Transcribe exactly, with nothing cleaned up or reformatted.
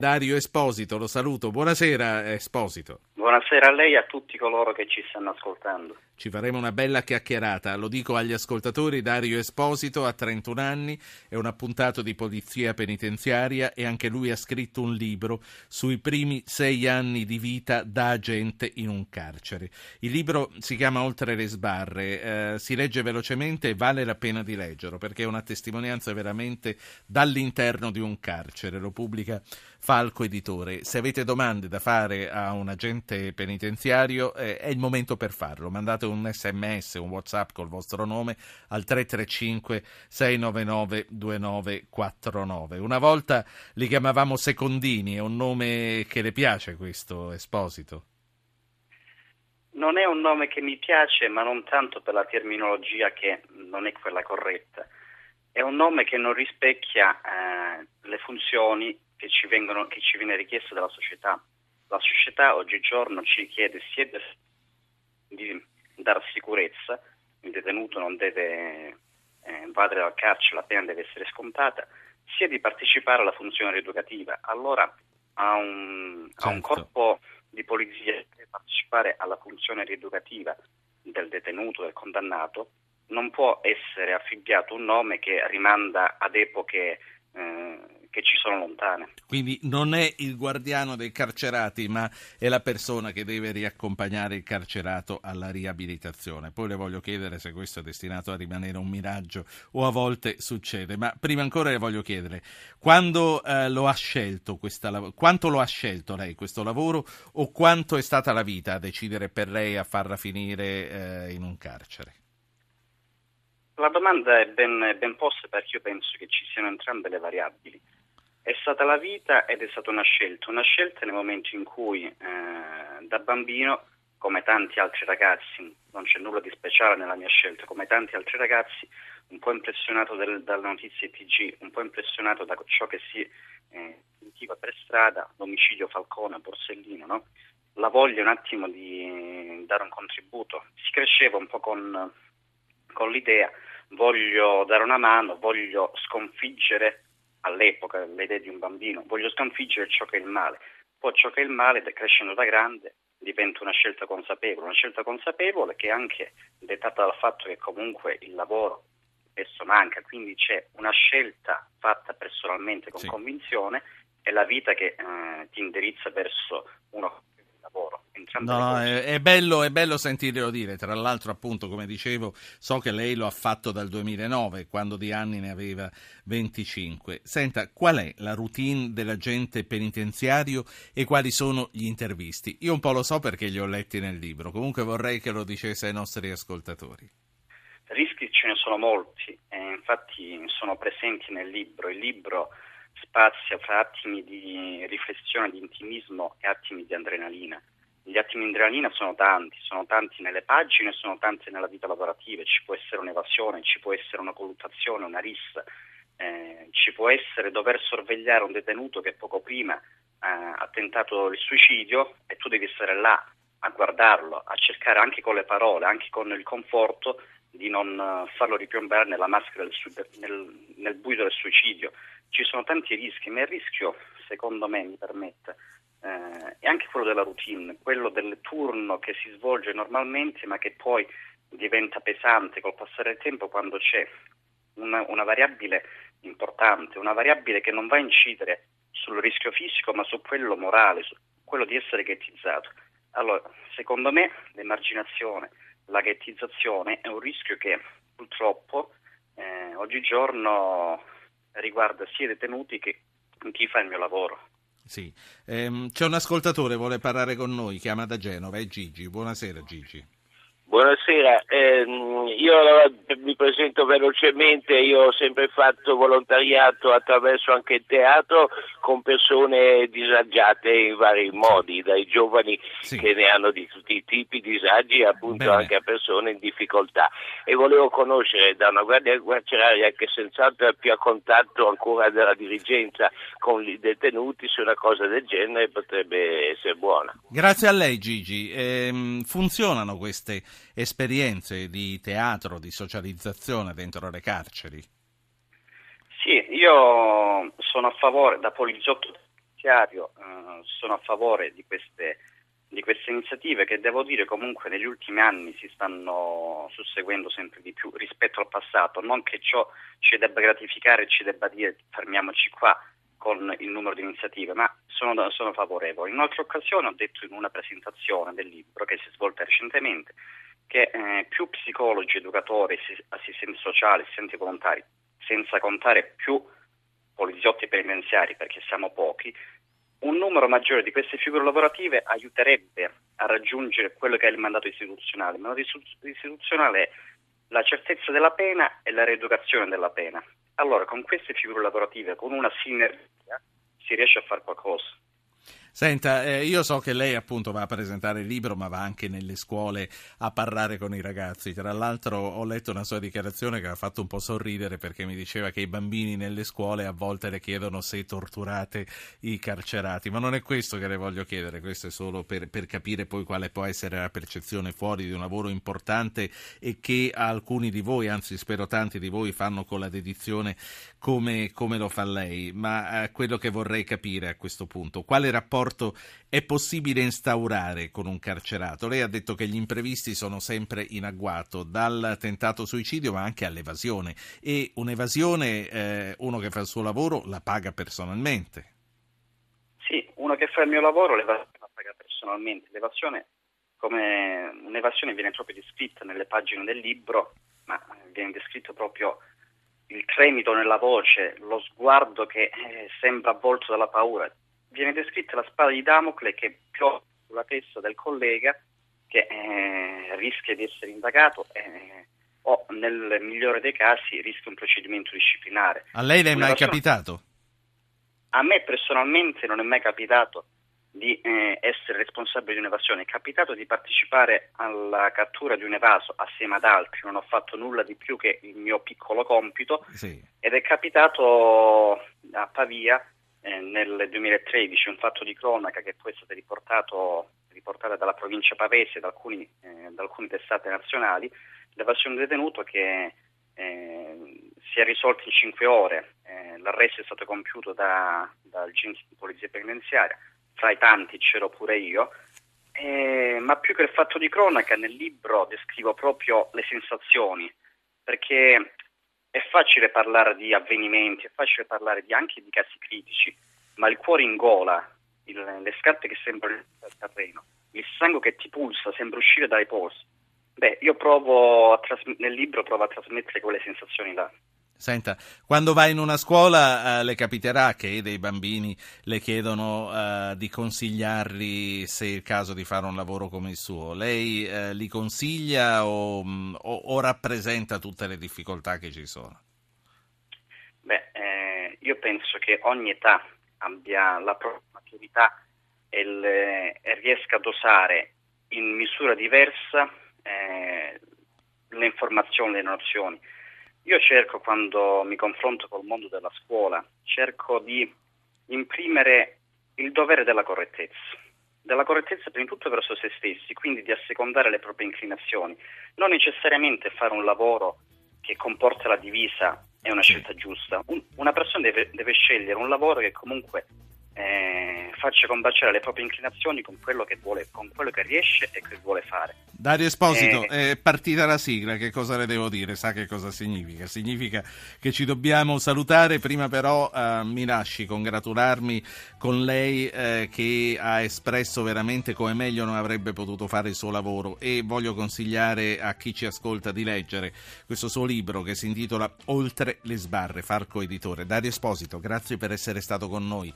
Dario Esposito, lo saluto. Buonasera Esposito. Buonasera a lei e a tutti coloro che ci stanno ascoltando. Ci faremo una bella chiacchierata, lo dico agli ascoltatori. Dario Esposito ha trentuno anni, è un appuntato di polizia penitenziaria e anche lui ha scritto un libro sui primi sei anni di vita da agente in un carcere. Il libro si chiama Oltre le sbarre, eh, si legge velocemente e vale la pena di leggerlo perché è una testimonianza veramente dall'interno di un carcere, lo pubblica Falco Editore. Se avete domande da fare a un agente penitenziario eh, è il momento per farlo, mandate un sms, un WhatsApp col vostro nome al tre tre cinque sei nove nove due nove quattro nove. Una volta li chiamavamo secondini, è un nome che le piace questo, Esposito? Non è un nome che mi piace, ma non tanto per la terminologia che non è quella corretta. È un nome che non rispecchia eh, le funzioni che ci vengono, che ci viene richiesta dalla società. La società oggigiorno ci chiede sia di dare sicurezza, il detenuto non deve eh, invadere la carcere, la pena deve essere scontata, sia di partecipare alla funzione rieducativa. Allora a un, certo. a un corpo di polizia che deve partecipare alla funzione rieducativa del detenuto, del condannato, non può essere affibbiato un nome che rimanda ad epoche eh, che ci sono lontane. Quindi non è il guardiano dei carcerati, ma è la persona che deve riaccompagnare il carcerato alla riabilitazione. Poi le voglio chiedere se questo è destinato a rimanere un miraggio o a volte succede. Ma prima ancora le voglio chiedere, quando eh, lo ha scelto questa, quanto lo ha scelto lei questo lavoro o quanto è stata la vita a decidere per lei a farla finire eh, in un carcere? La domanda è ben, ben posta perché io penso che ci siano entrambe le variabili. È stata la vita ed è stata una scelta, una scelta nel momento in cui eh, da bambino, come tanti altri ragazzi, non c'è nulla di speciale nella mia scelta, come tanti altri ragazzi, un po' impressionato del, dalle notizie T G, un po' impressionato da ciò che si eh, sentiva per strada, l'omicidio Falcone, Borsellino, no? La voglia un attimo di dare un contributo. Si cresceva un po' con, con l'idea, voglio dare una mano, voglio sconfiggere all'epoca le idee di un bambino, voglio sconfiggere ciò che è il male. Poi ciò che è il male, crescendo da grande, diventa una scelta consapevole, una scelta consapevole che è anche dettata dal fatto che comunque il lavoro spesso manca, quindi c'è una scelta fatta personalmente con sì. convinzione e la vita che eh, ti indirizza verso uno lavoro. No, no, è, è bello, è bello sentirlo dire. Tra l'altro, appunto, come dicevo, so che lei lo ha fatto dal duemilanove, quando di anni ne aveva venticinque. Senta, qual è la routine dell'agente penitenziario e quali sono gli intervisti? Io un po' lo so perché li ho letti nel libro, comunque vorrei che lo dicesse ai nostri ascoltatori. Rischi ce ne sono molti, e infatti sono presenti nel libro. Il libro spazia fra attimi di riflessione, di intimismo e attimi di adrenalina. Gli attimi di adrenalina sono tanti, sono tanti nelle pagine, sono tanti nella vita lavorativa. Ci può essere un'evasione, ci può essere una colluttazione, una rissa, eh, ci può essere dover sorvegliare un detenuto che poco prima eh, ha tentato il suicidio e tu devi stare là a guardarlo, a cercare anche con le parole, anche con il conforto di non farlo ripiombare nella maschera del su- nel, nel buio del suicidio. Ci sono tanti rischi, ma il rischio, secondo me, mi permette, eh, è anche quello della routine, quello del turno che si svolge normalmente, ma che poi diventa pesante col passare del tempo quando c'è una, una variabile importante, una variabile che non va a incidere sul rischio fisico, ma su quello morale, su quello di essere ghettizzato. Allora, secondo me, l'emarginazione, la ghettizzazione è un rischio che purtroppo eh, oggigiorno riguarda sia i detenuti che chi fa il mio lavoro. Sì, ehm, c'è un ascoltatore, vuole parlare con noi, chiama da Genova, è Gigi. Buonasera Gigi. Buonasera, eh, io allora mi presento velocemente, io ho sempre fatto volontariato attraverso anche il teatro con persone disagiate in vari modi, dai giovani sì. che ne hanno di tutti i tipi disagi appunto Bene. anche a persone in difficoltà, e volevo conoscere da una guardia carceraria che senz'altro è più a contatto ancora della dirigenza con i detenuti se una cosa del genere potrebbe essere buona. Grazie a lei Gigi, ehm, funzionano queste esperienze di teatro, di socializzazione dentro le carceri? Sì, io sono a favore, da poliziotto penitenziario, eh, sono a favore di queste, di queste iniziative che, devo dire, comunque negli ultimi anni si stanno susseguendo sempre di più rispetto al passato. Non che ciò ci debba gratificare e ci debba dire fermiamoci qua con il numero di iniziative, ma sono, sono favorevole. In un'altra occasione ho detto in una presentazione del libro che si è svolta recentemente che eh, più psicologi, educatori, assistenti sociali, assistenti volontari, senza contare più poliziotti penitenziari, perché siamo pochi, un numero maggiore di queste figure lavorative aiuterebbe a raggiungere quello che è il mandato istituzionale. Il mandato istituzionale è la certezza della pena e la rieducazione della pena. Allora, con queste figure lavorative, con una sinergia, si riesce a fare qualcosa. Senta, eh, io so che lei appunto va a presentare il libro, ma va anche nelle scuole a parlare con i ragazzi. Tra l'altro ho letto una sua dichiarazione che ha fatto un po' sorridere, perché mi diceva che i bambini nelle scuole a volte le chiedono se torturate i carcerati, ma non è questo che le voglio chiedere, questo è solo per, per capire poi quale può essere la percezione fuori di un lavoro importante e che alcuni di voi, anzi spero tanti di voi, fanno con la dedizione come, come lo fa lei. Ma eh, quello che vorrei capire a questo punto, quale rapporto è possibile instaurare con un carcerato? Lei ha detto che gli imprevisti sono sempre in agguato, dal tentato suicidio ma anche all'evasione, e un'evasione, eh, uno che fa il suo lavoro la paga personalmente. Sì, uno che fa il mio lavoro l'evasione la paga personalmente. L'evasione, come un'evasione, viene proprio descritta nelle pagine del libro, ma viene descritto proprio il tremito nella voce, lo sguardo che eh, sembra avvolto dalla paura. Viene descritta la spada di Damocle che piove sulla testa del collega che eh, rischia di essere indagato eh, o, nel migliore dei casi, rischia un procedimento disciplinare. A lei le è mai persona... capitato? A me personalmente non è mai capitato di eh, essere responsabile di un'evasione. È capitato di partecipare alla cattura di un evaso assieme ad altri, non ho fatto nulla di più che il mio piccolo compito. Sì. Ed è capitato a Pavia Eh, nel duemilatredici, un fatto di cronaca che poi è stato riportato riportato dalla provincia pavese da alcuni, eh, da alcune testate nazionali, l'evasione di un detenuto che eh, si è risolto in cinque ore. Eh, l'arresto è stato compiuto da, da agenti di polizia penitenziaria, fra i tanti c'ero pure io, eh, ma più che il fatto di cronaca nel libro descrivo proprio le sensazioni, perché è facile parlare di avvenimenti, è facile parlare di, anche di casi critici, ma il cuore ingola, il, le scarpe che sembrano il terreno, il sangue che ti pulsa, sembra uscire dai polsi. Beh, io provo a tras- nel libro provo a trasmettere quelle sensazioni là. Senta, quando va in una scuola eh, le capiterà che dei bambini le chiedono eh, di consigliarli se è il caso di fare un lavoro come il suo. Lei eh, li consiglia o, o, o rappresenta tutte le difficoltà che ci sono? Beh, eh, io penso che ogni età abbia la propria maturità e, il, e riesca a dosare in misura diversa eh, le informazioni, le nozioni. Io cerco, quando mi confronto col mondo della scuola, cerco di imprimere il dovere della correttezza, della correttezza prima di tutto verso se stessi, quindi di assecondare le proprie inclinazioni. Non necessariamente fare un lavoro che comporta la divisa è una scelta giusta. Un, una persona deve, deve scegliere un lavoro che comunque eh, faccia combaciare le proprie inclinazioni con quello che vuole, con quello che riesce e che vuole fare. Dario Esposito, eh, è partita la sigla, che cosa le devo dire? Sa che cosa significa? Significa che ci dobbiamo salutare, prima però eh, mi lasci congratularmi con lei eh, che ha espresso veramente come meglio non avrebbe potuto fare il suo lavoro, e voglio consigliare a chi ci ascolta di leggere questo suo libro che si intitola Oltre le sbarre, Falco Editore. Dario Esposito, grazie per essere stato con noi.